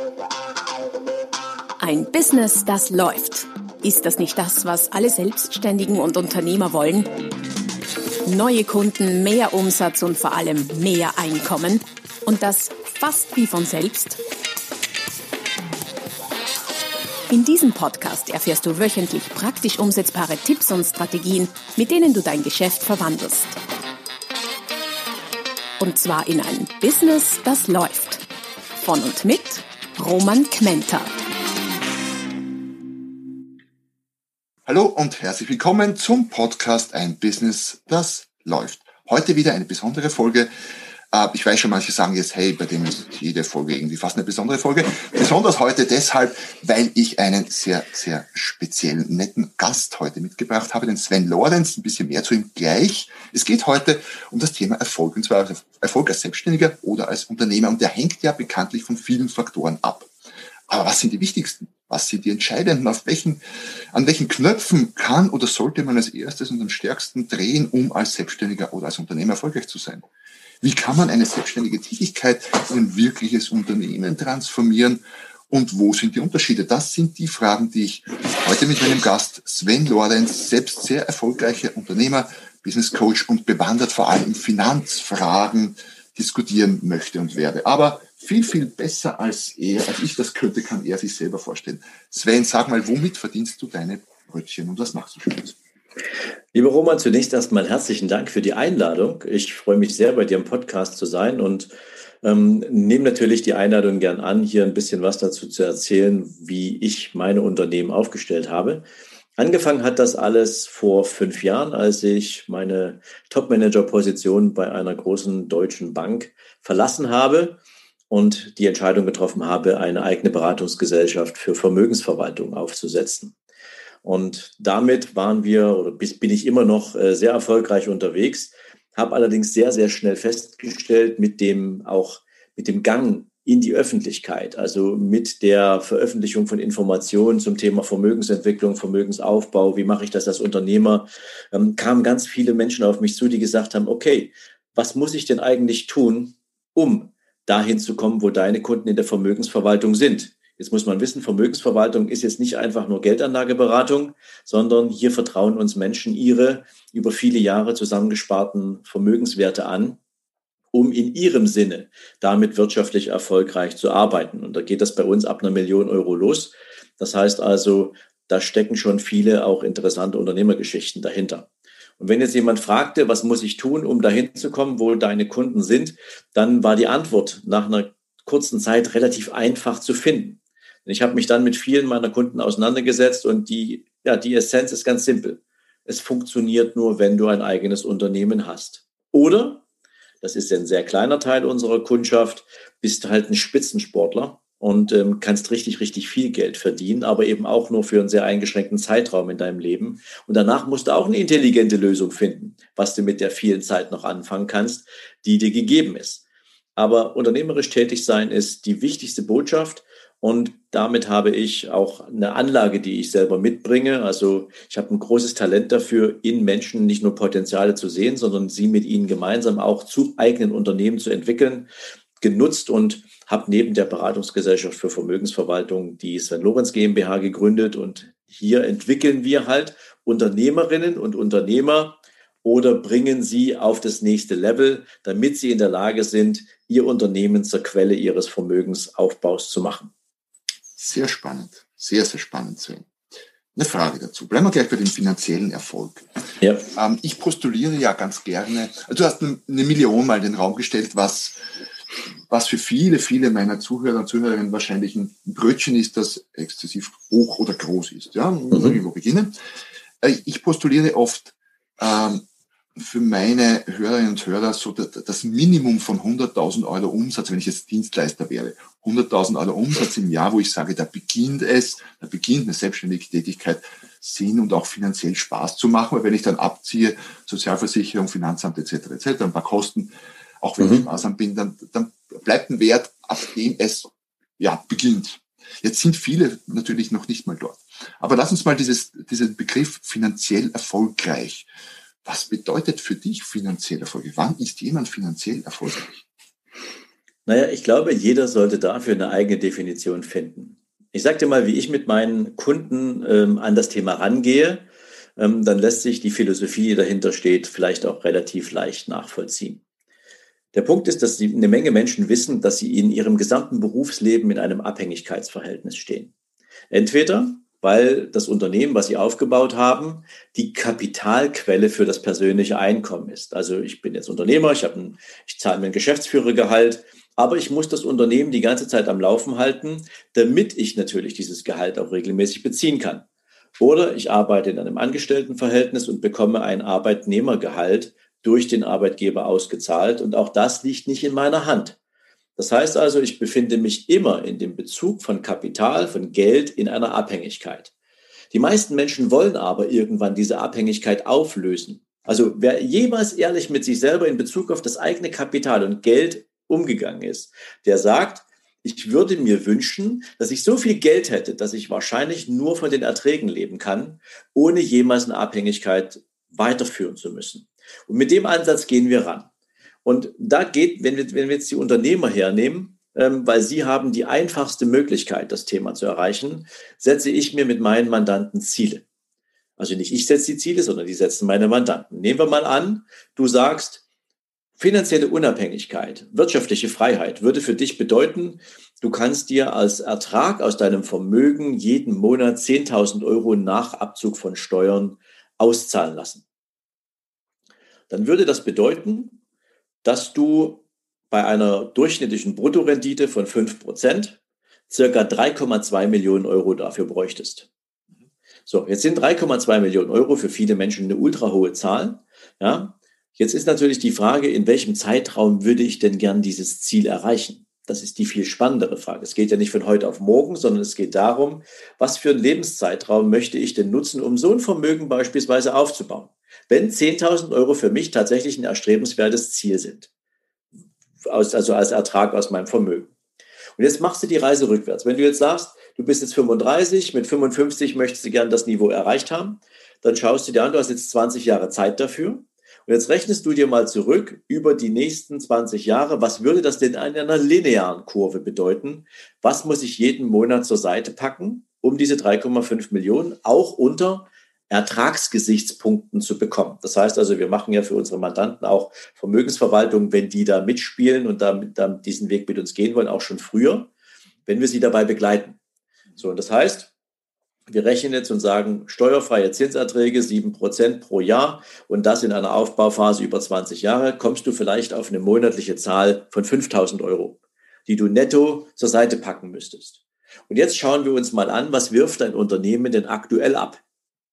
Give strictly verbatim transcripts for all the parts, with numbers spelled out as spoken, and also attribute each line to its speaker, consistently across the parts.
Speaker 1: Ein Business, das läuft. Ist das nicht das, was alle Selbstständigen und Unternehmer wollen? Neue Kunden, mehr Umsatz und vor allem mehr Einkommen. Und das fast wie von selbst? In diesem Podcast erfährst du wöchentlich praktisch umsetzbare Tipps und Strategien, mit denen du dein Geschäft verwandelst. Und zwar in ein Business, das läuft. Von und mit Roman Kmenter.
Speaker 2: Hallo und herzlich willkommen zum Podcast Ein Business, das läuft. Heute wieder eine besondere Folge. Ich weiß schon, manche sagen jetzt, hey, bei dem ist jede Folge irgendwie fast eine besondere Folge. Besonders heute deshalb, weil ich einen sehr, sehr speziellen, netten Gast heute mitgebracht habe, den Sven Lorenz. Ein bisschen mehr zu ihm gleich. Es geht heute um das Thema Erfolg, und zwar Erfolg als Selbstständiger oder als Unternehmer. Und der hängt ja bekanntlich von vielen Faktoren ab. Aber was sind die wichtigsten? Was sind die entscheidenden? Auf welchen, an welchen Knöpfen kann oder sollte man als erstes und am stärksten drehen, um als Selbstständiger oder als Unternehmer erfolgreich zu sein? Wie kann man eine selbstständige Tätigkeit in ein wirkliches Unternehmen transformieren? Und wo sind die Unterschiede? Das sind die Fragen, die ich heute mit meinem Gast Sven Lorenz, selbst sehr erfolgreicher Unternehmer, Business Coach und bewandert vor allem in Finanzfragen, diskutieren möchte und werde. Aber viel, viel besser als er, als ich das könnte, kann er sich selber vorstellen. Sven, sag mal, womit verdienst du deine Brötchen und was machst du Schönes?
Speaker 3: Lieber Roman, zunächst erstmal herzlichen Dank für die Einladung. Ich freue mich sehr, bei dir im Podcast zu sein und ähm, nehme natürlich die Einladung gern an, hier ein bisschen was dazu zu erzählen, wie ich meine Unternehmen aufgestellt habe. Angefangen hat das alles vor fünf Jahren, als ich meine Top-Manager-Position bei einer großen deutschen Bank verlassen habe und die Entscheidung getroffen habe, eine eigene Beratungsgesellschaft für Vermögensverwaltung aufzusetzen. Und damit waren wir, oder bin ich immer noch sehr erfolgreich unterwegs, habe allerdings sehr, sehr schnell festgestellt, mit dem auch mit dem Gang in die Öffentlichkeit, also mit der Veröffentlichung von Informationen zum Thema Vermögensentwicklung, Vermögensaufbau, wie mache ich das als Unternehmer, ähm, kamen ganz viele Menschen auf mich zu, die gesagt haben, okay, was muss ich denn eigentlich tun, um dahin zu kommen, wo deine Kunden in der Vermögensverwaltung sind? Jetzt muss man wissen, Vermögensverwaltung ist jetzt nicht einfach nur Geldanlageberatung, sondern hier vertrauen uns Menschen ihre über viele Jahre zusammengesparten Vermögenswerte an, um in ihrem Sinne damit wirtschaftlich erfolgreich zu arbeiten. Und da geht das bei uns ab einer Million Euro los. Das heißt also, da stecken schon viele auch interessante Unternehmergeschichten dahinter. Und wenn jetzt jemand fragte, was muss ich tun, um dahin zu kommen, wo deine Kunden sind, dann war die Antwort nach einer kurzen Zeit relativ einfach zu finden. Ich habe mich dann mit vielen meiner Kunden auseinandergesetzt und die, ja, die Essenz ist ganz simpel. Es funktioniert nur, wenn du ein eigenes Unternehmen hast. Oder, das ist ein sehr kleiner Teil unserer Kundschaft, bist halt ein Spitzensportler und ähm, kannst richtig, richtig viel Geld verdienen, aber eben auch nur für einen sehr eingeschränkten Zeitraum in deinem Leben. Und danach musst du auch eine intelligente Lösung finden, was du mit der vielen Zeit noch anfangen kannst, die dir gegeben ist. Aber unternehmerisch tätig sein ist die wichtigste Botschaft. Und damit habe ich auch eine Anlage, die ich selber mitbringe. Also ich habe ein großes Talent dafür, in Menschen nicht nur Potenziale zu sehen, sondern sie mit ihnen gemeinsam auch zu eigenen Unternehmen zu entwickeln, genutzt und habe neben der Beratungsgesellschaft für Vermögensverwaltung die Sven Lorenz GmbH gegründet. Und hier entwickeln wir halt Unternehmerinnen und Unternehmer oder bringen sie auf das nächste Level, damit sie in der Lage sind, ihr Unternehmen zur Quelle ihres Vermögensaufbaus zu machen.
Speaker 2: Sehr spannend, sehr, sehr spannend, Sven. Eine Frage dazu. Bleiben wir gleich bei dem finanziellen Erfolg.
Speaker 3: Ja.
Speaker 2: Ähm, ich postuliere ja ganz gerne, also du hast eine Million mal in den Raum gestellt, was, was für viele, viele meiner Zuhörer und Zuhörerinnen wahrscheinlich ein Brötchen ist, das exzessiv hoch oder groß ist. Ja, muss man irgendwo beginnen. Äh, ich postuliere oft, ähm, für meine Hörerinnen und Hörer so das Minimum von hunderttausend Euro Umsatz, wenn ich jetzt Dienstleister wäre. hunderttausend Euro Umsatz im Jahr, wo ich sage, da beginnt es, da beginnt eine selbstständige Tätigkeit, Sinn und auch finanziell Spaß zu machen, weil wenn ich dann abziehe, Sozialversicherung, Finanzamt et cetera et cetera, ein paar Kosten, auch wenn mhm. ich sparsam bin, dann, dann bleibt ein Wert, ab dem es ja beginnt. Jetzt sind viele natürlich noch nicht mal dort. Aber lass uns mal dieses, diesen Begriff finanziell erfolgreich. Was bedeutet für dich finanziell erfolgreich? Wann ist jemand finanziell erfolgreich?
Speaker 3: Naja, ich glaube, jeder sollte dafür eine eigene Definition finden. Ich sage dir mal, wie ich mit meinen Kunden ähm, an das Thema rangehe. Ähm, dann lässt sich die Philosophie, die dahinter steht, vielleicht auch relativ leicht nachvollziehen. Der Punkt ist, dass die, eine Menge Menschen wissen, dass sie in ihrem gesamten Berufsleben in einem Abhängigkeitsverhältnis stehen. Entweder, weil das Unternehmen, was sie aufgebaut haben, die Kapitalquelle für das persönliche Einkommen ist. Also ich bin jetzt Unternehmer, ich, habe ein, ich zahle mir ein Geschäftsführergehalt, aber ich muss das Unternehmen die ganze Zeit am Laufen halten, damit ich natürlich dieses Gehalt auch regelmäßig beziehen kann. Oder ich arbeite in einem Angestelltenverhältnis und bekomme ein Arbeitnehmergehalt durch den Arbeitgeber ausgezahlt. Und auch das liegt nicht in meiner Hand. Das heißt also, ich befinde mich immer in dem Bezug von Kapital, von Geld in einer Abhängigkeit. Die meisten Menschen wollen aber irgendwann diese Abhängigkeit auflösen. Also wer jemals ehrlich mit sich selber in Bezug auf das eigene Kapital und Geld umgegangen ist, der sagt, ich würde mir wünschen, dass ich so viel Geld hätte, dass ich wahrscheinlich nur von den Erträgen leben kann, ohne jemals eine Abhängigkeit weiterführen zu müssen. Und mit dem Ansatz gehen wir ran. Und da geht, wenn wir, wenn wir jetzt die Unternehmer hernehmen, ähm, weil sie haben die einfachste Möglichkeit, das Thema zu erreichen, setze ich mir mit meinen Mandanten Ziele. Also nicht ich setze die Ziele, sondern die setzen meine Mandanten. Nehmen wir mal an, du sagst, finanzielle Unabhängigkeit, wirtschaftliche Freiheit würde für dich bedeuten, du kannst dir als Ertrag aus deinem Vermögen jeden Monat zehntausend Euro nach Abzug von Steuern auszahlen lassen. Dann würde das bedeuten, dass du bei einer durchschnittlichen Bruttorendite von fünf Prozent circa drei Komma zwei Millionen Euro dafür bräuchtest. So, jetzt sind drei Komma zwei Millionen Euro für viele Menschen eine ultra hohe Zahl. Ja, jetzt ist natürlich die Frage, in welchem Zeitraum würde ich denn gern dieses Ziel erreichen? Das ist die viel spannendere Frage. Es geht ja nicht von heute auf morgen, sondern es geht darum, was für einen Lebenszeitraum möchte ich denn nutzen, um so ein Vermögen beispielsweise aufzubauen? Wenn zehntausend Euro für mich tatsächlich ein erstrebenswertes Ziel sind, also als Ertrag aus meinem Vermögen. Und jetzt machst du die Reise rückwärts. Wenn du jetzt sagst, du bist jetzt fünfunddreißig, mit fünfundfünfzig möchtest du gern das Niveau erreicht haben, dann schaust du dir an, du hast jetzt zwanzig Jahre Zeit dafür. Und jetzt rechnest du dir mal zurück über die nächsten zwanzig Jahre, was würde das denn in einer linearen Kurve bedeuten? Was muss ich jeden Monat zur Seite packen, um diese drei Komma fünf Millionen auch unter Ertragsgesichtspunkten zu bekommen? Das heißt also, wir machen ja für unsere Mandanten auch Vermögensverwaltung, wenn die da mitspielen und da, da diesen Weg mit uns gehen wollen, auch schon früher, wenn wir sie dabei begleiten. So, und das heißt, wir rechnen jetzt und sagen, steuerfreie Zinserträge, sieben Prozent pro Jahr und das in einer Aufbauphase über zwanzig Jahre, kommst du vielleicht auf eine monatliche Zahl von fünftausend Euro, die du netto zur Seite packen müsstest. Und jetzt schauen wir uns mal an, was wirft dein Unternehmen denn aktuell ab?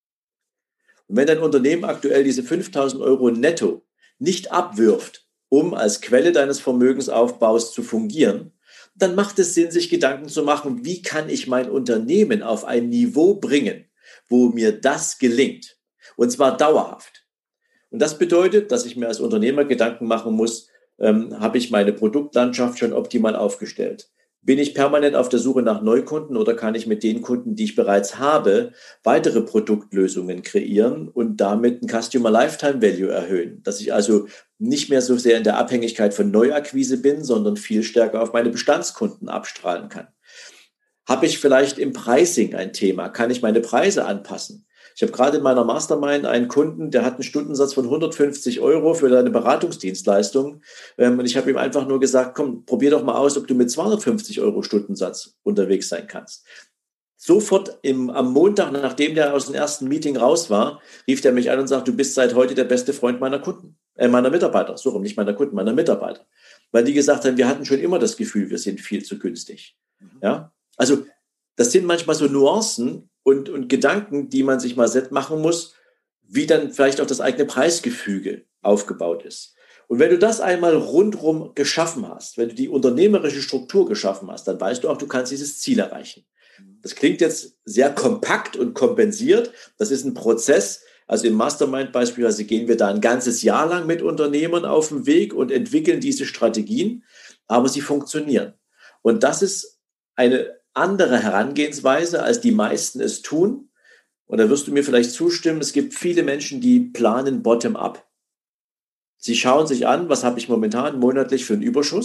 Speaker 3: Und wenn dein Unternehmen aktuell diese fünftausend Euro netto nicht abwirft, um als Quelle deines Vermögensaufbaus zu fungieren, dann macht es Sinn, sich Gedanken zu machen, wie kann ich mein Unternehmen auf ein Niveau bringen, wo mir das gelingt. Und zwar dauerhaft. Und das bedeutet, dass ich mir als Unternehmer Gedanken machen muss, ähm, habe ich meine Produktlandschaft schon optimal aufgestellt? Bin ich permanent auf der Suche nach Neukunden oder kann ich mit den Kunden, die ich bereits habe, weitere Produktlösungen kreieren und damit ein Customer Lifetime Value erhöhen? Dass ich also nicht mehr so sehr in der Abhängigkeit von Neuakquise bin, sondern viel stärker auf meine Bestandskunden abstrahlen kann. Habe ich vielleicht im Pricing ein Thema? Kann ich meine Preise anpassen? Ich habe gerade in meiner Mastermind einen Kunden, der hat einen Stundensatz von hundertfünfzig Euro für seine Beratungsdienstleistung. Und ich habe ihm einfach nur gesagt, komm, probier doch mal aus, ob du mit zweihundertfünfzig Euro Stundensatz unterwegs sein kannst. Sofort im, am Montag, nachdem der aus dem ersten Meeting raus war, rief er mich an und sagt, du bist seit heute der beste Freund meiner Kunden, äh, meiner Mitarbeiter. So rum, nicht meiner Kunden, meiner Mitarbeiter. Weil die gesagt haben, wir hatten schon immer das Gefühl, wir sind viel zu günstig. Ja? Also das sind manchmal so Nuancen und, und Gedanken, die man sich mal machen muss, wie dann vielleicht auch das eigene Preisgefüge aufgebaut ist. Und wenn du das einmal rundherum geschaffen hast, wenn du die unternehmerische Struktur geschaffen hast, dann weißt du auch, du kannst dieses Ziel erreichen. Das klingt jetzt sehr kompakt und kompensiert. Das ist ein Prozess. Also im Mastermind beispielsweise gehen wir da ein ganzes Jahr lang mit Unternehmern auf den Weg und entwickeln diese Strategien, aber sie funktionieren. Und das ist eine andere Herangehensweise, als die meisten es tun. Und da wirst du mir vielleicht zustimmen, es gibt viele Menschen, die planen bottom-up. Sie schauen sich an, was habe ich momentan monatlich für einen Überschuss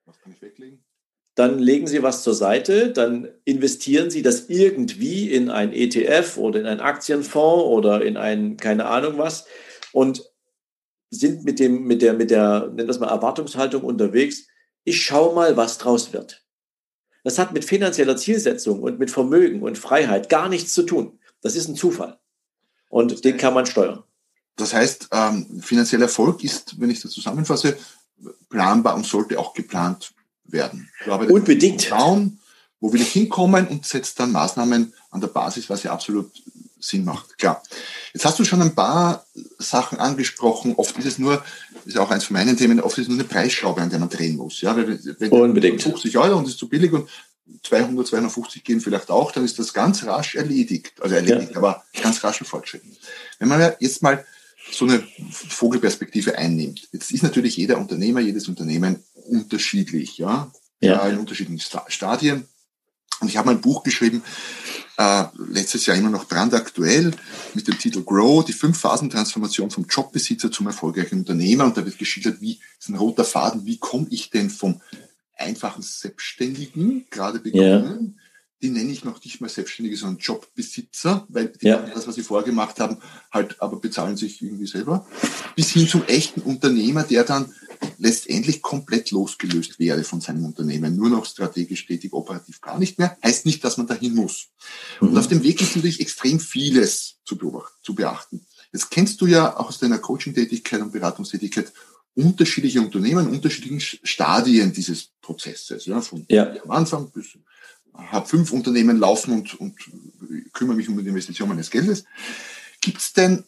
Speaker 2: Was kann ich weglegen?
Speaker 3: Dann legen Sie was zur Seite, dann investieren Sie das irgendwie in ein E T F oder in einen Aktienfonds oder in ein, keine Ahnung was, und sind mit dem, mit der, mit der, nennen wir es mal, Erwartungshaltung unterwegs. Ich schaue mal, was draus wird. Das hat mit finanzieller Zielsetzung und mit Vermögen und Freiheit gar nichts zu tun. Das ist ein Zufall. Und den kann man steuern.
Speaker 2: Das heißt, ähm, finanzieller Erfolg ist, wenn ich das zusammenfasse, planbar und sollte auch geplant werden.
Speaker 3: Unbedingt.
Speaker 2: Schauen, wo will ich hinkommen, und setzt dann Maßnahmen an der Basis, was ja absolut Sinn macht. Klar. Jetzt hast du schon ein paar Sachen angesprochen. Oft ist es nur, das ist auch eins von meinen Themen, oft ist es nur eine Preisschraube, an der man drehen muss. Ja, wenn, wenn
Speaker 3: Unbedingt.
Speaker 2: fünfzig Euro und es ist zu billig und zweihundert, zweihundertfünfzig gehen vielleicht auch, dann ist das ganz rasch erledigt. Also erledigt, ja. Aber ganz rasch fortschritten. Wenn man jetzt mal so eine Vogelperspektive einnimmt. Jetzt ist natürlich jeder Unternehmer, jedes Unternehmen unterschiedlich, ja, ja. in unterschiedlichen Stadien. Und ich habe mal ein Buch geschrieben, äh, letztes Jahr immer noch brandaktuell, mit dem Titel Grow, die Fünf-Phasen-Transformation vom Jobbesitzer zum erfolgreichen Unternehmer. Und da wird geschildert, wie ist ein roter Faden, wie komme ich denn vom einfachen Selbstständigen, gerade begonnen, ja. Die nenne ich noch nicht mal Selbstständige, sondern Jobbesitzer, weil die ja. das, was sie vorher gemacht haben, halt aber bezahlen sich irgendwie selber, bis hin zum echten Unternehmer, der dann letztendlich komplett losgelöst wäre von seinem Unternehmen, nur noch strategisch tätig, operativ gar nicht mehr, heißt nicht, dass man dahin muss. Mhm. Und auf dem Weg ist natürlich extrem vieles zu beobachten, zu beachten. Jetzt kennst du ja auch aus deiner Coaching-Tätigkeit und Beratungstätigkeit unterschiedliche Unternehmen, unterschiedlichen Stadien dieses Prozesses, ja, von ja. am Anfang bis habe fünf Unternehmen laufen und, und kümmere mich um die Investition meines Geldes. Gibt es denn,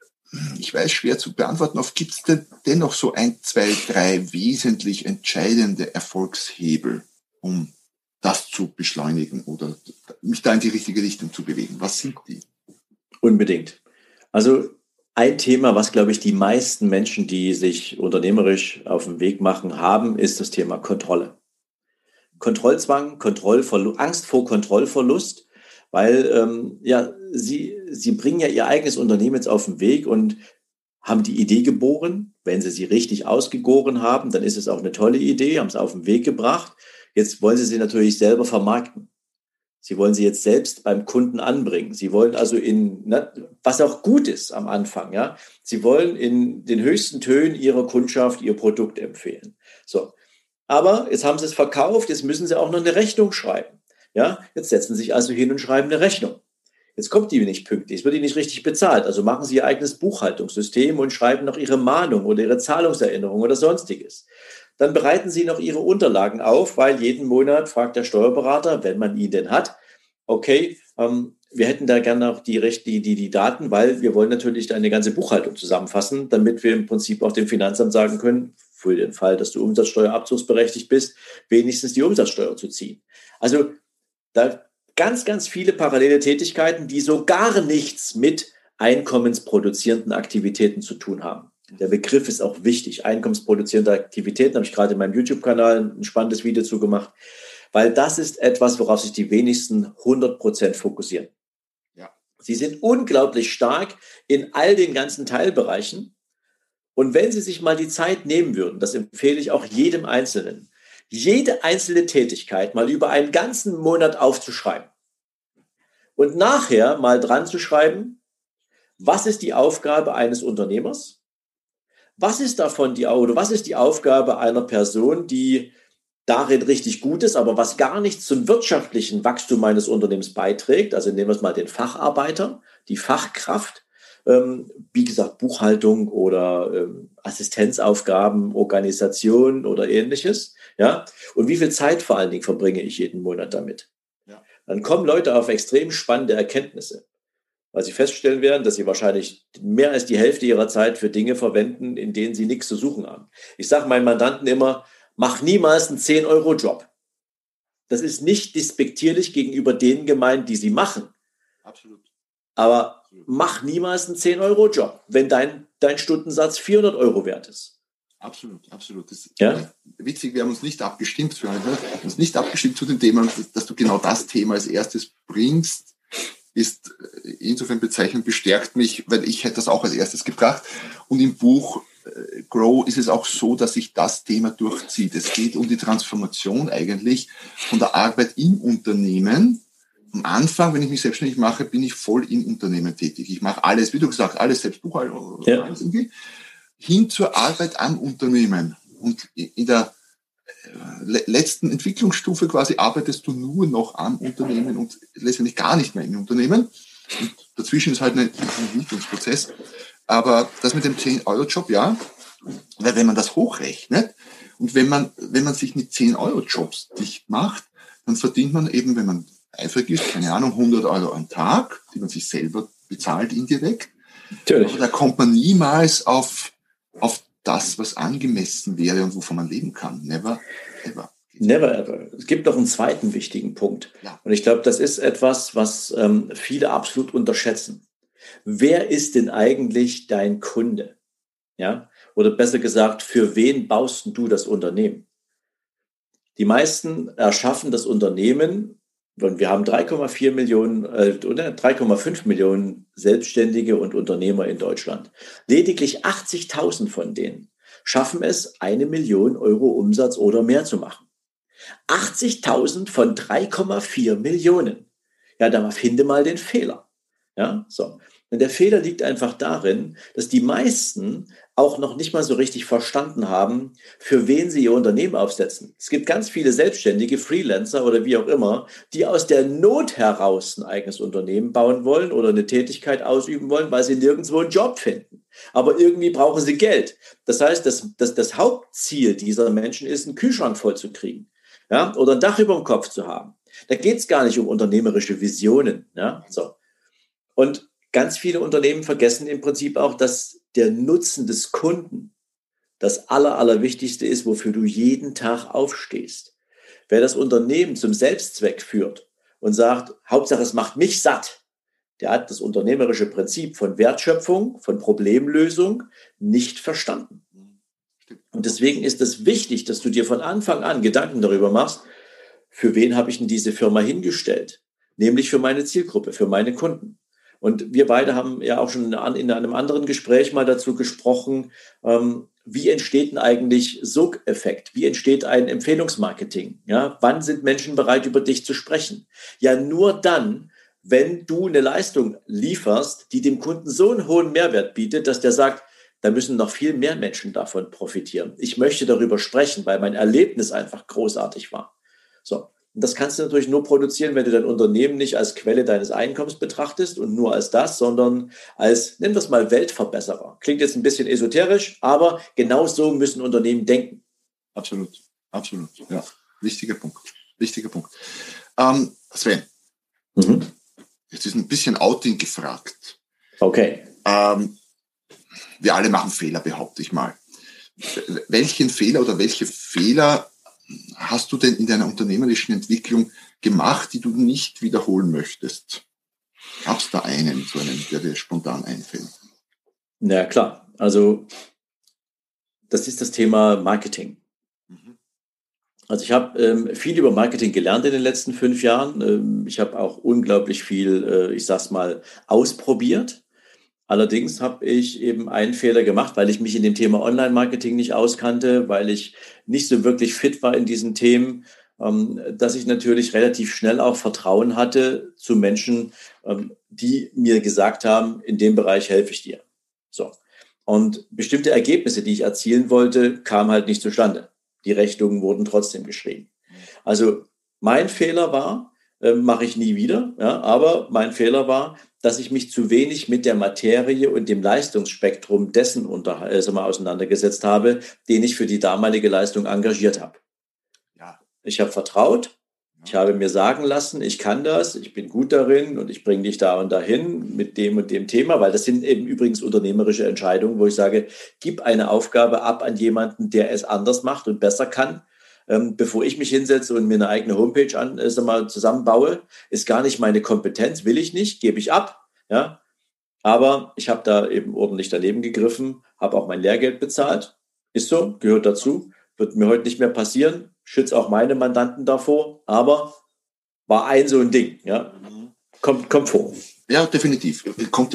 Speaker 2: ich weiß, schwer zu beantworten, oft gibt es denn dennoch so ein, zwei, drei wesentlich entscheidende Erfolgshebel, um das zu beschleunigen oder mich da in die richtige Richtung zu bewegen? Was sind die?
Speaker 3: Unbedingt. Also ein Thema, was, glaube ich, die meisten Menschen, die sich unternehmerisch auf den Weg machen, haben, ist das Thema Kontrolle. Kontrollzwang, Kontrollverlust, Angst vor Kontrollverlust, weil ähm, ja, sie, sie bringen ja ihr eigenes Unternehmen jetzt auf den Weg und haben die Idee geboren. Wenn sie sie richtig ausgegoren haben, dann ist es auch eine tolle Idee, haben es auf den Weg gebracht. Jetzt wollen sie sie natürlich selber vermarkten. Sie wollen sie jetzt selbst beim Kunden anbringen. Sie wollen also in, na, was auch gut ist am Anfang, ja, sie wollen in den höchsten Tönen ihrer Kundschaft ihr Produkt empfehlen. So. Aber jetzt haben sie es verkauft, jetzt müssen sie auch noch eine Rechnung schreiben. Ja, jetzt setzen sie sich also hin und schreiben eine Rechnung. Jetzt kommt die nicht pünktlich, es wird die nicht richtig bezahlt. Also machen sie ihr eigenes Buchhaltungssystem und schreiben noch ihre Mahnung oder ihre Zahlungserinnerung oder sonstiges. Dann bereiten sie noch ihre Unterlagen auf, weil jeden Monat fragt der Steuerberater, wenn man ihn denn hat, okay, ähm, wir hätten da gerne auch die, die, die, die Daten, weil wir wollen natürlich deine ganze Buchhaltung zusammenfassen, damit wir im Prinzip auch dem Finanzamt sagen können, für den Fall, dass du umsatzsteuerabzugsberechtigt bist, wenigstens die Umsatzsteuer zu ziehen. Also da ganz, ganz viele parallele Tätigkeiten, die so gar nichts mit einkommensproduzierenden Aktivitäten zu tun haben. Der Begriff ist auch wichtig. Einkommensproduzierende Aktivitäten, habe ich gerade in meinem YouTube-Kanal ein spannendes Video zu gemacht, weil das ist etwas, worauf sich die wenigsten hundert Prozent fokussieren. Ja. Sie sind unglaublich stark in all den ganzen Teilbereichen. Und wenn Sie sich mal die Zeit nehmen würden, das empfehle ich auch jedem Einzelnen, jede einzelne Tätigkeit mal über einen ganzen Monat aufzuschreiben und nachher mal dran zu schreiben, was ist die Aufgabe eines Unternehmers? Was ist davon die, oder was ist die Aufgabe einer Person, die darin richtig gut ist, aber was gar nichts zum wirtschaftlichen Wachstum meines Unternehmens beiträgt? Also nehmen wir es mal den Facharbeiter, die Fachkraft. Ähm, wie gesagt, Buchhaltung oder ähm, Assistenzaufgaben, Organisation oder ähnliches. Ja? Und wie viel Zeit vor allen Dingen verbringe ich jeden Monat damit? Ja. Dann kommen Leute auf extrem spannende Erkenntnisse, weil sie feststellen werden, dass sie wahrscheinlich mehr als die Hälfte ihrer Zeit für Dinge verwenden, in denen sie nichts zu suchen haben. Ich sage meinen Mandanten immer, mach niemals einen zehn Euro Job. Das ist nicht despektierlich gegenüber denen gemeint, die sie machen. Absolut. Aber mach niemals einen zehn Euro Job, wenn dein, dein Stundensatz vierhundert Euro wert ist.
Speaker 2: Absolut, absolut. Das ist
Speaker 3: ja?
Speaker 2: witzig, wir haben uns nicht abgestimmt für heute. Wir haben uns nicht abgestimmt zu dem Thema, dass, dass du genau das Thema als erstes bringst, ist insofern bezeichnend, bestärkt mich, weil ich hätte das auch als erstes gebracht. Und im Buch Grow ist es auch so, dass sich das Thema durchzieht. Es geht um die Transformation eigentlich von der Arbeit im Unternehmen. Am Anfang, wenn ich mich selbstständig mache, bin ich voll im Unternehmen tätig. Ich mache alles, wie du gesagt hast, alles selbst Buchhaltung, ja. alles irgendwie, hin zur Arbeit am Unternehmen. Und in der letzten Entwicklungsstufe quasi arbeitest du nur noch am Unternehmen und letztendlich gar nicht mehr im Unternehmen. Und dazwischen ist halt ein Entwicklungsprozess. Aber das mit dem zehn-Euro-Job, ja, weil wenn man das hochrechnet und wenn man, wenn man sich mit zehn-Euro-Jobs dicht macht, dann verdient man eben, wenn man eifrig ist, keine Ahnung, hundert Euro am Tag, die man sich selber bezahlt indirekt. Natürlich. Aber da kommt man niemals auf, auf das, was angemessen wäre und wovon man leben kann. Never, ever.
Speaker 3: Never ever. Es gibt noch einen zweiten wichtigen Punkt. Ja. Und ich glaube, das ist etwas, was ähm, viele absolut unterschätzen. Wer ist denn eigentlich dein Kunde? Ja? Oder besser gesagt, für wen baust du das Unternehmen? Die meisten erschaffen das Unternehmen, und wir haben drei Komma vier Millionen äh, oder drei Komma fünf Millionen Selbstständige und Unternehmer in Deutschland. Lediglich achtzigtausend von denen schaffen es, eine Million Euro Umsatz oder mehr zu machen. achtzigtausend von drei Komma vier Millionen. Ja, da finde mal den Fehler. Ja, so. Und der Fehler liegt einfach darin, dass die meisten auch noch nicht mal so richtig verstanden haben, für wen sie ihr Unternehmen aufsetzen. Es gibt ganz viele Selbstständige, Freelancer oder wie auch immer, die aus der Not heraus ein eigenes Unternehmen bauen wollen oder eine Tätigkeit ausüben wollen, weil sie nirgendwo einen Job finden. Aber irgendwie brauchen sie Geld. Das heißt, das, das, das Hauptziel dieser Menschen ist, einen Kühlschrank voll zu kriegen, ja, oder ein Dach über dem Kopf zu haben. Da geht es gar nicht um unternehmerische Visionen. Ja, so. Und ganz viele Unternehmen vergessen im Prinzip auch, dass der Nutzen des Kunden das Aller, Allerwichtigste ist, wofür du jeden Tag aufstehst. Wer das Unternehmen zum Selbstzweck führt und sagt, Hauptsache es macht mich satt, der hat das unternehmerische Prinzip von Wertschöpfung, von Problemlösung nicht verstanden. Und deswegen ist es wichtig, dass du dir von Anfang an Gedanken darüber machst, für wen habe ich denn diese Firma hingestellt? Nämlich für meine Zielgruppe, für meine Kunden. Und wir beide haben ja auch schon in einem anderen Gespräch mal dazu gesprochen, ähm, wie entsteht denn eigentlich Sog-Effekt? Wie entsteht ein Empfehlungsmarketing? Ja, wann sind Menschen bereit, über dich zu sprechen? Ja, nur dann, wenn du eine Leistung lieferst, die dem Kunden so einen hohen Mehrwert bietet, dass der sagt, da müssen noch viel mehr Menschen davon profitieren. Ich möchte darüber sprechen, weil mein Erlebnis einfach großartig war. So. Und das kannst du natürlich nur produzieren, wenn du dein Unternehmen nicht als Quelle deines Einkommens betrachtest und nur als das, sondern als, nennen wir es mal, Weltverbesserer. Klingt jetzt ein bisschen esoterisch, aber genau so müssen Unternehmen denken.
Speaker 2: Absolut, absolut. Ja, wichtiger Punkt. Wichtiger Punkt. Ähm, Sven, mhm. Jetzt ist ein bisschen Outing gefragt.
Speaker 3: Okay.
Speaker 2: Ähm, wir alle machen Fehler, behaupte ich mal. Welchen Fehler oder welche Fehler hast du denn in deiner unternehmerischen Entwicklung gemacht, die du nicht wiederholen möchtest? Gab es da einen, so einen, der dir spontan einfällt?
Speaker 3: Na klar, also das ist das Thema Marketing. Mhm. Also ich habe ähm, viel über Marketing gelernt in den letzten fünf Jahren. Ähm, ich habe auch unglaublich viel, äh, ich sag's mal, ausprobiert. Allerdings habe ich eben einen Fehler gemacht, weil ich mich in dem Thema Online-Marketing nicht auskannte, weil ich nicht so wirklich fit war in diesen Themen, ähm, dass ich natürlich relativ schnell auch Vertrauen hatte zu Menschen, ähm, die mir gesagt haben, in dem Bereich helfe ich dir. So. Und bestimmte Ergebnisse, die ich erzielen wollte, kamen halt nicht zustande. Die Rechnungen wurden trotzdem geschrieben. Also mein Fehler war, äh, mache ich nie wieder, ja, aber mein Fehler war, dass ich mich zu wenig mit der Materie und dem Leistungsspektrum dessen unter, also mal auseinandergesetzt habe, den ich für die damalige Leistung engagiert habe. Ja. Ich habe vertraut, ich habe mir sagen lassen, ich kann das, ich bin gut darin und ich bringe dich da und dahin mit dem und dem Thema, weil das sind eben übrigens unternehmerische Entscheidungen, wo ich sage, gib eine Aufgabe ab an jemanden, der es anders macht und besser kann. Ähm, bevor ich mich hinsetze und mir eine eigene Homepage an, äh, sag mal, zusammenbaue, ist gar nicht meine Kompetenz, will ich nicht, gebe ich ab. Ja? Aber ich habe da eben ordentlich daneben gegriffen, habe auch mein Lehrgeld bezahlt. Ist so, gehört dazu, wird mir heute nicht mehr passieren, schütze auch meine Mandanten davor, aber war ein so ein Ding. Ja? Kommt, kommt vor.
Speaker 2: Ja, definitiv. Kommt ja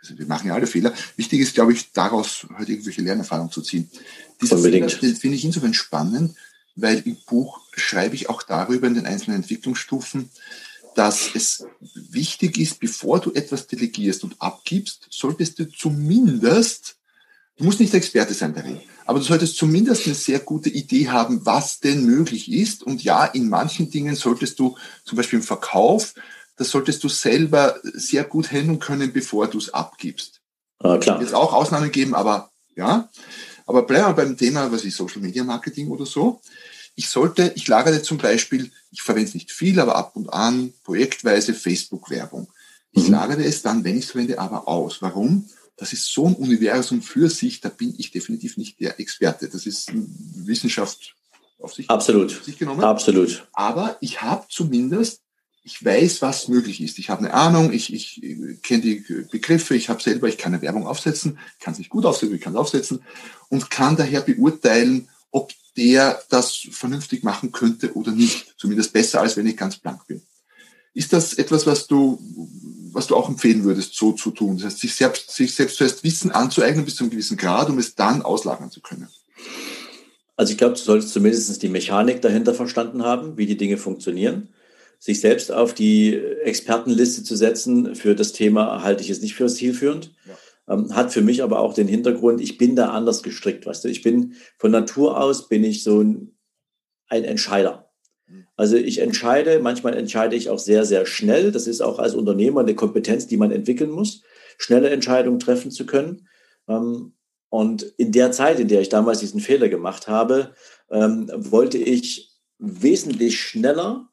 Speaker 2: Also wir machen ja alle Fehler. Wichtig ist, glaube ich, daraus halt irgendwelche Lernerfahrungen zu ziehen. Dieser
Speaker 3: Unbedingt.
Speaker 2: Fehler finde ich insofern spannend, weil im Buch schreibe ich auch darüber in den einzelnen Entwicklungsstufen, dass es wichtig ist, bevor du etwas delegierst und abgibst, solltest du zumindest, du musst nicht Experte sein darin, aber du solltest zumindest eine sehr gute Idee haben, was denn möglich ist. Und ja, in manchen Dingen solltest du, zum Beispiel im Verkauf, das solltest du selber sehr gut handeln können, bevor du es abgibst.
Speaker 3: Ah, klar.
Speaker 2: Wird es auch Ausnahmen geben, aber ja. Aber bleiben wir beim Thema, was ist Social Media Marketing oder so. Ich sollte, ich lagere zum Beispiel, ich verwende es nicht viel, aber ab und an projektweise Facebook-Werbung. Ich
Speaker 3: Mhm.
Speaker 2: lagere es dann, wenn ich es verwende, aber aus. Warum? Das ist so ein Universum für sich, da bin ich definitiv nicht der Experte. Das ist Wissenschaft auf sich,
Speaker 3: Absolut.
Speaker 2: auf sich genommen.
Speaker 3: Absolut.
Speaker 2: Aber ich habe zumindest, ich weiß, was möglich ist. Ich habe eine Ahnung, ich, ich kenne die Begriffe, ich habe selber, ich kann eine Werbung aufsetzen, kann es nicht gut aufsetzen, ich kann es aufsetzen und kann daher beurteilen, ob der das vernünftig machen könnte oder nicht. Zumindest besser, als wenn ich ganz blank bin. Ist das etwas, was du, was du auch empfehlen würdest, so zu tun? Das heißt, sich selbst, sich selbst zuerst Wissen anzueignen bis zu einem gewissen Grad, um es dann auslagern zu können?
Speaker 3: Also ich glaube, du solltest zumindest die Mechanik dahinter verstanden haben, wie die Dinge funktionieren. Sich selbst auf die Expertenliste zu setzen für das Thema halte ich es nicht für zielführend. Ja. Ähm, hat für mich aber auch den Hintergrund, ich bin da anders gestrickt. Weißt du? Ich bin von Natur aus bin ich so ein, ein Entscheider. Also ich entscheide, manchmal entscheide ich auch sehr, sehr schnell. Das ist auch als Unternehmer eine Kompetenz, die man entwickeln muss, schnelle Entscheidungen treffen zu können. Ähm, und in der Zeit, in der ich damals diesen Fehler gemacht habe, ähm, wollte ich wesentlich schneller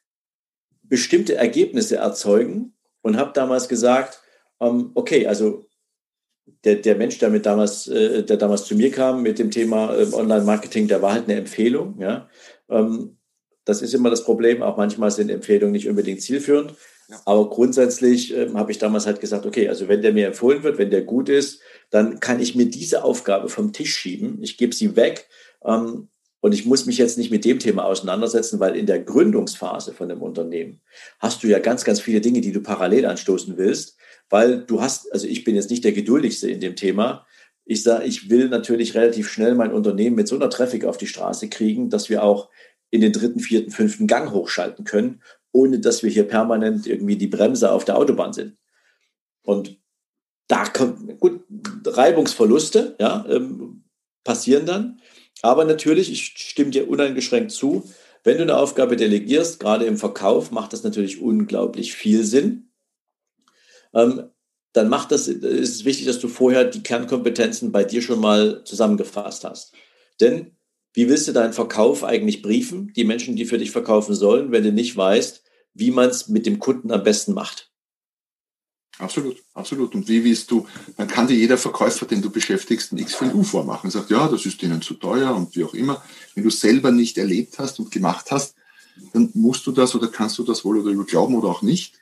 Speaker 3: bestimmte Ergebnisse erzeugen und habe damals gesagt, ähm, okay, also der, der Mensch, der, mit damals, äh, der damals zu mir kam mit dem Thema äh, Online-Marketing, der war halt eine Empfehlung. Ja? Ähm, das ist immer das Problem, auch manchmal sind Empfehlungen nicht unbedingt zielführend, ja. Aber grundsätzlich äh, habe ich damals halt gesagt, okay, also wenn der mir empfohlen wird, wenn der gut ist, dann kann ich mir diese Aufgabe vom Tisch schieben, ich gebe sie weg, ähm, und ich muss mich jetzt nicht mit dem Thema auseinandersetzen, weil in der Gründungsphase von einem Unternehmen hast du ja ganz, ganz viele Dinge, die du parallel anstoßen willst, weil du hast, also ich bin jetzt nicht der Geduldigste in dem Thema. Ich sage, ich will natürlich relativ schnell mein Unternehmen mit so einer Traffic auf die Straße kriegen, dass wir auch in den dritten, vierten, fünften Gang hochschalten können, ohne dass wir hier permanent irgendwie die Bremse auf der Autobahn sind. Und da kommt, gut, Reibungsverluste, ja, ähm, passieren dann. Aber natürlich, ich stimme dir uneingeschränkt zu, wenn du eine Aufgabe delegierst, gerade im Verkauf, macht das natürlich unglaublich viel Sinn. Ähm, dann macht das, ist es wichtig, dass du vorher die Kernkompetenzen bei dir schon mal zusammengefasst hast. Denn wie willst du deinen Verkauf eigentlich briefen, die Menschen, die für dich verkaufen sollen, wenn du nicht weißt, wie man es mit dem Kunden am besten macht?
Speaker 2: Absolut, absolut. Und wie willst du, dann kann dir jeder Verkäufer, den du beschäftigst, ein X für ein U vormachen. Er sagt, ja, das ist denen zu teuer und wie auch immer. Wenn du selber nicht erlebt hast und gemacht hast, dann musst du das oder kannst du das wohl oder über glauben oder auch nicht.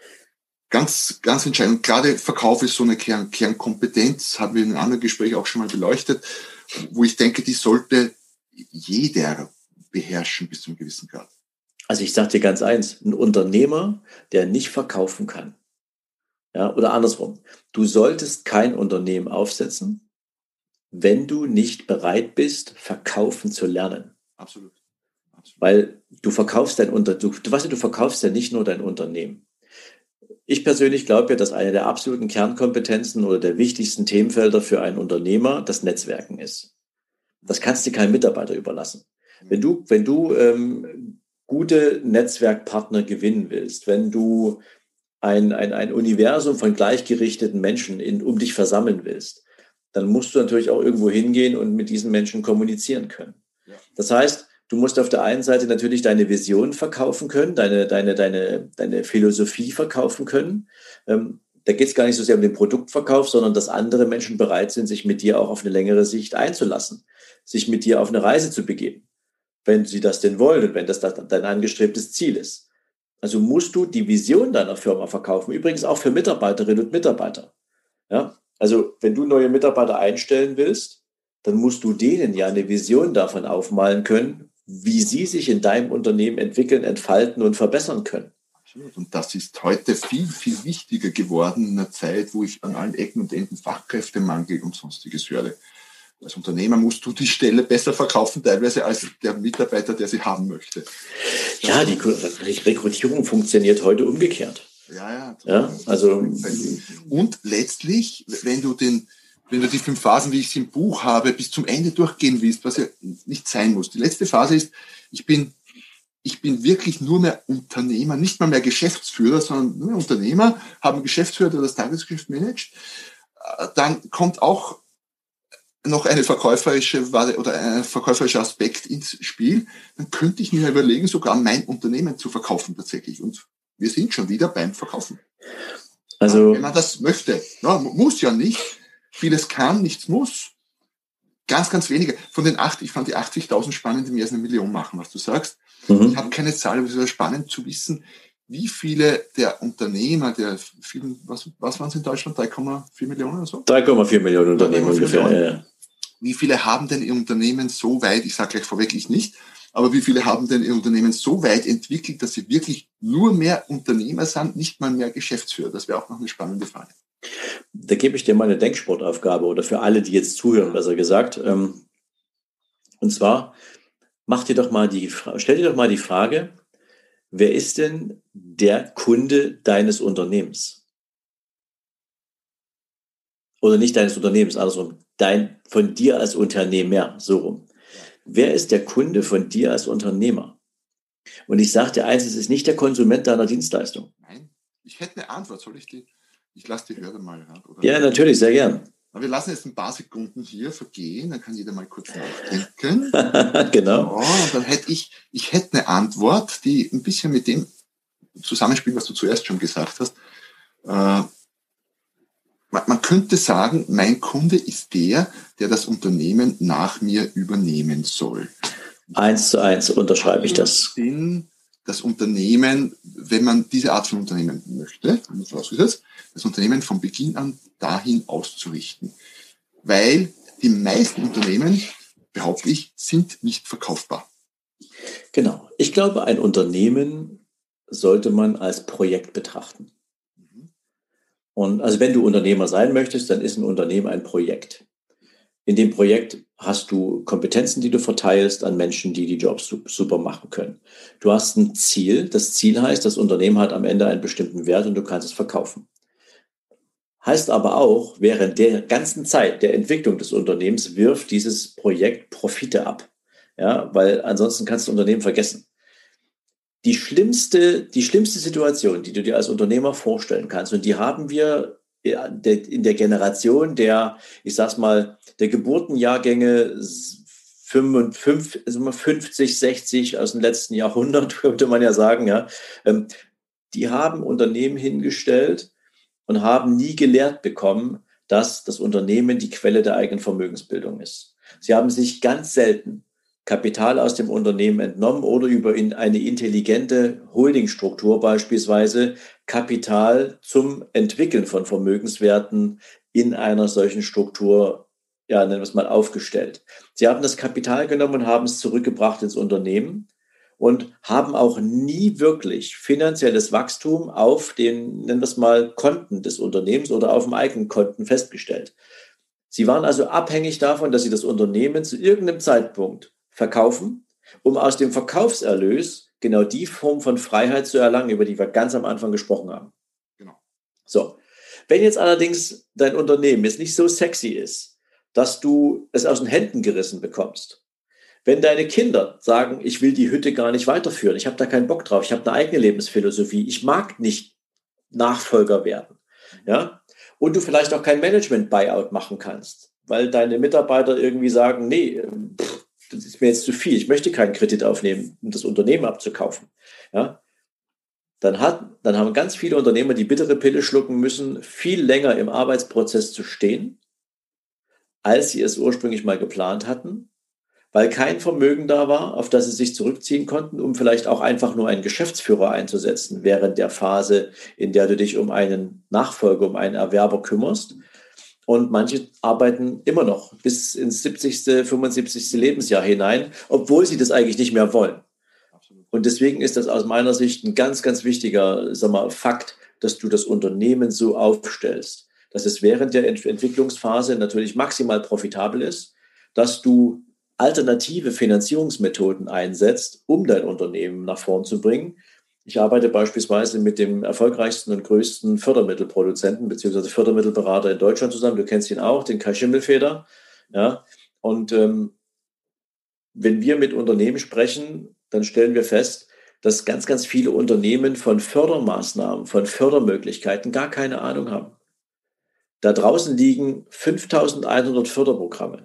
Speaker 2: Ganz, ganz entscheidend. Gerade Verkauf ist so eine Kern, Kernkompetenz, haben wir in einem anderen Gespräch auch schon mal beleuchtet, wo ich denke, die sollte jeder beherrschen bis zu einem gewissen Grad.
Speaker 3: Also ich sage dir ganz eins, ein Unternehmer, der nicht verkaufen kann, ja, oder andersrum, du solltest kein Unternehmen aufsetzen, wenn du nicht bereit bist, verkaufen zu lernen.
Speaker 2: Absolut. Absolut.
Speaker 3: Weil du verkaufst dein Unter, du, du weißt ja, du verkaufst ja nicht nur dein Unternehmen. Ich persönlich glaube ja, dass eine der absoluten Kernkompetenzen oder der wichtigsten Themenfelder für einen Unternehmer das Netzwerken ist. Das kannst du keinem Mitarbeiter überlassen. Wenn du, wenn du ähm, gute Netzwerkpartner gewinnen willst, wenn du ein, ein, ein Universum von gleichgerichteten Menschen in, um dich versammeln willst, dann musst du natürlich auch irgendwo hingehen und mit diesen Menschen kommunizieren können. Ja. Das heißt, du musst auf der einen Seite natürlich deine Vision verkaufen können, deine, deine, deine, deine Philosophie verkaufen können. Ähm, da geht es gar nicht so sehr um den Produktverkauf, sondern dass andere Menschen bereit sind, sich mit dir auch auf eine längere Sicht einzulassen, sich mit dir auf eine Reise zu begeben, wenn sie das denn wollen und wenn das dein angestrebtes Ziel ist. Also musst du die Vision deiner Firma verkaufen, übrigens auch für Mitarbeiterinnen und Mitarbeiter. Ja? Also wenn du neue Mitarbeiter einstellen willst, dann musst du denen ja eine Vision davon aufmalen können, wie sie sich in deinem Unternehmen entwickeln, entfalten und verbessern können.
Speaker 2: Und das ist heute viel, viel wichtiger geworden in einer Zeit, wo ich an allen Ecken und Enden Fachkräftemangel und sonstiges höre. Als Unternehmer musst du die Stelle besser verkaufen, teilweise als der Mitarbeiter, der sie haben möchte.
Speaker 3: Ja, die Rekrutierung funktioniert heute umgekehrt.
Speaker 2: Ja, ja.
Speaker 3: ja also
Speaker 2: und letztlich, wenn du den, wenn du die fünf Phasen, wie ich sie im Buch habe, bis zum Ende durchgehen willst, was ja nicht sein muss. Die letzte Phase ist, ich bin Ich bin wirklich nur mehr Unternehmer, nicht mal mehr Geschäftsführer, sondern nur mehr Unternehmer, habe einen Geschäftsführer, der das Tagesgeschäft managt. Dann kommt auch noch eine verkäuferische oder ein verkäuferischer Aspekt ins Spiel. Dann könnte ich mir überlegen, sogar mein Unternehmen zu verkaufen tatsächlich. Und wir sind schon wieder beim Verkaufen.
Speaker 3: Also,
Speaker 2: wenn man das möchte. Ja, muss ja nicht. Vieles kann, nichts muss. Ganz, ganz wenige. Von den acht, ich fand die achtzigtausend spannend, die mehr als eine Million machen, was du sagst. Mhm. Ich habe keine Zahl, aber es wäre spannend zu wissen, wie viele der Unternehmer, der vielen, was, was waren es in Deutschland, drei Komma vier Millionen oder so?
Speaker 3: drei Komma vier Millionen Unternehmen ungefähr,
Speaker 2: Millionen.
Speaker 3: Ja, ja.
Speaker 2: Wie viele haben denn ihr Unternehmen so weit, ich sage gleich vorweg, ich nicht, aber wie viele haben denn ihr Unternehmen so weit entwickelt, dass sie wirklich nur mehr Unternehmer sind, nicht mal mehr Geschäftsführer? Das wäre auch noch eine spannende Frage.
Speaker 3: Da gebe ich dir mal eine Denksportaufgabe oder für alle, die jetzt zuhören, besser gesagt. Und zwar, mach dir doch mal die, stell dir doch mal die Frage, wer ist denn der Kunde deines Unternehmens? Oder nicht deines Unternehmens, andersrum, dein, von dir als Unternehmer, so rum. Wer ist der Kunde von dir als Unternehmer? Und ich sage dir eins, es ist nicht der Konsument deiner Dienstleistung.
Speaker 2: Nein, ich hätte eine Antwort, soll ich die? Ich lasse die Hörer mal. Oder
Speaker 3: ja, natürlich, sehr gern.
Speaker 2: Aber wir lassen jetzt ein paar Sekunden hier vergehen, dann kann jeder mal kurz nachdenken.
Speaker 3: Genau.
Speaker 2: Ja, und dann hätte ich, ich hätte eine Antwort, die ein bisschen mit dem zusammenspielt, was du zuerst schon gesagt hast. Äh, man, man könnte sagen, mein Kunde ist der, der das Unternehmen nach mir übernehmen soll.
Speaker 3: Eins zu eins unterschreibe ich das.
Speaker 2: Sinn, das Unternehmen, wenn man diese Art von Unternehmen möchte, das Unternehmen von Beginn an dahin auszurichten. Weil die meisten Unternehmen, behaupte ich, sind nicht verkaufbar.
Speaker 3: Genau. Ich glaube, ein Unternehmen sollte man als Projekt betrachten. Mhm. Und also wenn du Unternehmer sein möchtest, dann ist ein Unternehmen ein Projekt. In dem Projekt hast du Kompetenzen, die du verteilst an Menschen, die die Jobs super machen können. Du hast ein Ziel. Das Ziel heißt, das Unternehmen hat am Ende einen bestimmten Wert und du kannst es verkaufen. Heißt aber auch, während der ganzen Zeit der Entwicklung des Unternehmens wirft dieses Projekt Profite ab. Ja, weil ansonsten kannst du das Unternehmen vergessen. Die schlimmste, die schlimmste Situation, die du dir als Unternehmer vorstellen kannst, und die haben wir in der Generation der, ich sag's mal, der Geburtenjahrgänge fünfzig, sechzig aus dem letzten Jahrhundert, könnte man ja sagen, ja, die haben Unternehmen hingestellt und haben nie gelehrt bekommen, dass das Unternehmen die Quelle der eigenen Vermögensbildung ist. Sie haben sich ganz selten Kapital aus dem Unternehmen entnommen oder über in eine intelligente Holdingstruktur beispielsweise Kapital zum Entwickeln von Vermögenswerten in einer solchen Struktur, ja, nennen wir es mal, aufgestellt. Sie haben das Kapital genommen und haben es zurückgebracht ins Unternehmen und haben auch nie wirklich finanzielles Wachstum auf den, nennen wir es mal, Konten des Unternehmens oder auf dem eigenen Konten festgestellt. Sie waren also abhängig davon, dass sie das Unternehmen zu irgendeinem Zeitpunkt verkaufen, um aus dem Verkaufserlös genau die Form von Freiheit zu erlangen, über die wir ganz am Anfang gesprochen haben.
Speaker 2: Genau.
Speaker 3: So, wenn jetzt allerdings dein Unternehmen jetzt nicht so sexy ist, dass du es aus den Händen gerissen bekommst, wenn deine Kinder sagen, ich will die Hütte gar nicht weiterführen, ich habe da keinen Bock drauf, ich habe eine eigene Lebensphilosophie, ich mag nicht Nachfolger werden, ja, und du vielleicht auch kein Management-Buyout machen kannst, weil deine Mitarbeiter irgendwie sagen, nee, pff, das ist mir jetzt zu viel, ich möchte keinen Kredit aufnehmen, um das Unternehmen abzukaufen, ja, dann, hat, dann haben ganz viele Unternehmer die bittere Pille schlucken müssen, viel länger im Arbeitsprozess zu stehen, als sie es ursprünglich mal geplant hatten, weil kein Vermögen da war, auf das sie sich zurückziehen konnten, um vielleicht auch einfach nur einen Geschäftsführer einzusetzen während der Phase, in der du dich um einen Nachfolger, um einen Erwerber kümmerst. Und manche arbeiten immer noch bis ins siebzigste, fünfundsiebzigste Lebensjahr hinein, obwohl sie das eigentlich nicht mehr wollen. Und deswegen ist das aus meiner Sicht ein ganz, ganz wichtiger, sag mal, Fakt, dass du das Unternehmen so aufstellst, dass es während der Ent- Entwicklungsphase natürlich maximal profitabel ist, dass du alternative Finanzierungsmethoden einsetzt, um dein Unternehmen nach vorn zu bringen. Ich arbeite beispielsweise mit dem erfolgreichsten und größten Fördermittelproduzenten bzw. Fördermittelberater in Deutschland zusammen. Du kennst ihn auch, den Kai Schimmelfeder. Ja? Und ähm, wenn wir mit Unternehmen sprechen, dann stellen wir fest, dass ganz, ganz viele Unternehmen von Fördermaßnahmen, von Fördermöglichkeiten gar keine Ahnung haben. Da draußen liegen fünftausendeinhundert Förderprogramme,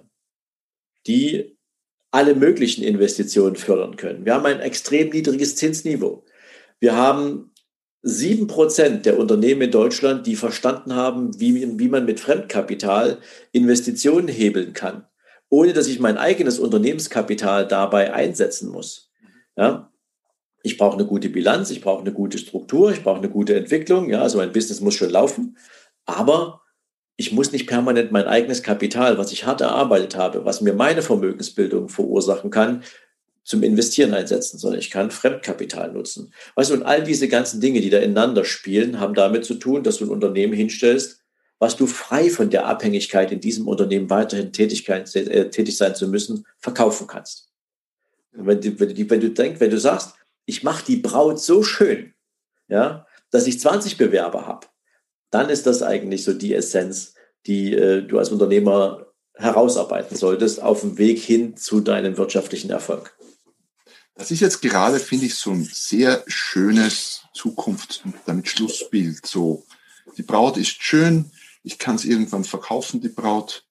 Speaker 3: die alle möglichen Investitionen fördern können. Wir haben ein extrem niedriges Zinsniveau. Wir haben sieben Prozent der Unternehmen in Deutschland, die verstanden haben, wie, wie man mit Fremdkapital Investitionen hebeln kann, ohne dass ich mein eigenes Unternehmenskapital dabei einsetzen muss. Ja? Ich brauche eine gute Bilanz, ich brauche eine gute Struktur, ich brauche eine gute Entwicklung. Ja? Also mein Business muss schon laufen, aber ich muss nicht permanent mein eigenes Kapital, was ich hart erarbeitet habe, was mir meine Vermögensbildung verursachen kann, zum Investieren einsetzen, sondern ich kann Fremdkapital nutzen. Weißt du, und all diese ganzen Dinge, die da ineinander spielen, haben damit zu tun, dass du ein Unternehmen hinstellst, was du frei von der Abhängigkeit in diesem Unternehmen weiterhin Tätigkeit, äh, tätig sein zu müssen, verkaufen kannst. Und wenn du, wenn du, wenn du denkst, wenn du sagst, ich mache die Braut so schön, ja, dass ich zwanzig Bewerber habe, dann ist das eigentlich so die Essenz, die äh, du als Unternehmer herausarbeiten solltest auf dem Weg hin zu deinem wirtschaftlichen Erfolg.
Speaker 2: Das ist jetzt gerade, finde ich, so ein sehr schönes Zukunfts- und damit Schlussbild. So, die Braut ist schön, ich kann es irgendwann verkaufen, die Braut,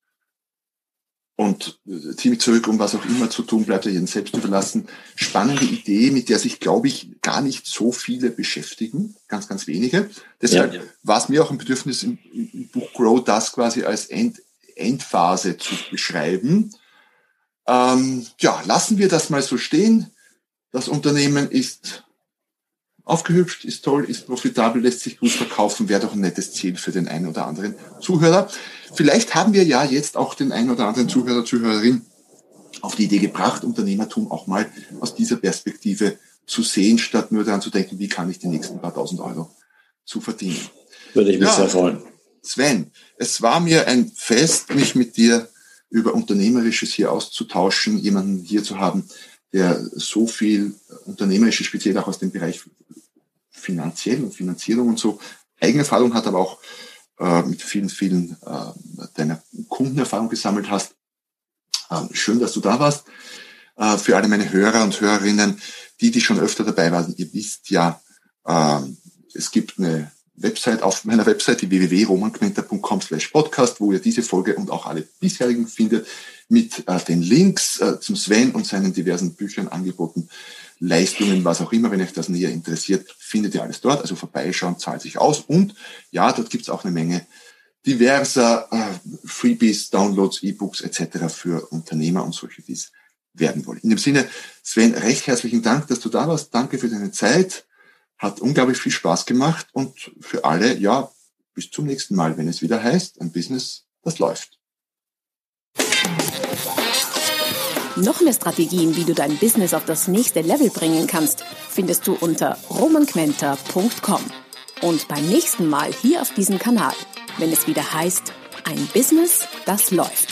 Speaker 2: und äh, ziehe mich zurück, um was auch immer zu tun, bleibt ja jedem selbst überlassen. Spannende Idee, mit der sich, glaube ich, gar nicht so viele beschäftigen, ganz, ganz wenige. Deshalb ja, ja. war es mir auch ein Bedürfnis, im, im Buch Grow das quasi als End, Endphase zu beschreiben. Ähm, ja, lassen wir das mal so stehen. Das Unternehmen ist aufgehübscht, ist toll, ist profitabel, lässt sich gut verkaufen, wäre doch ein nettes Ziel für den einen oder anderen Zuhörer. Vielleicht haben wir ja jetzt auch den einen oder anderen Zuhörer, Zuhörerin auf die Idee gebracht, Unternehmertum auch mal aus dieser Perspektive zu sehen, statt nur daran zu denken, wie kann ich die nächsten paar tausend Euro zu verdienen.
Speaker 3: Würde ich mich ja, sehr freuen.
Speaker 2: Sven, es war mir ein Fest, mich mit dir über Unternehmerisches hier auszutauschen, jemanden hier zu haben, der so viel Unternehmerisches, speziell auch aus dem Bereich finanziell und Finanzierung und so, eigene Erfahrung hat, aber auch äh, mit vielen, vielen äh, deiner Kundenerfahrung gesammelt hast. Äh, schön, dass du da warst. Äh, für alle meine Hörer und Hörerinnen, die, die schon öfter dabei waren, ihr wisst ja, äh, es gibt eine Website auf meiner Website, die w w w punkt roman gmenter punkt com slash podcast, wo ihr diese Folge und auch alle bisherigen findet, mit äh, den Links äh, zum Sven und seinen diversen Büchern, Angeboten, Leistungen, was auch immer. Wenn euch das näher interessiert, findet ihr alles dort. Also vorbeischauen, zahlt sich aus. Und ja, dort gibt es auch eine Menge diverser äh, Freebies, Downloads, E-Books et cetera für Unternehmer und solche, die es werden wollen. In dem Sinne, Sven, recht herzlichen Dank, dass du da warst. Danke für deine Zeit. Hat unglaublich viel Spaß gemacht. Und für alle, ja, bis zum nächsten Mal, wenn es wieder heißt, ein Business, das läuft.
Speaker 1: Noch mehr Strategien, wie du dein Business auf das nächste Level bringen kannst, findest du unter roman gmenter punkt com. Und beim nächsten Mal hier auf diesem Kanal, wenn es wieder heißt, ein Business, das läuft.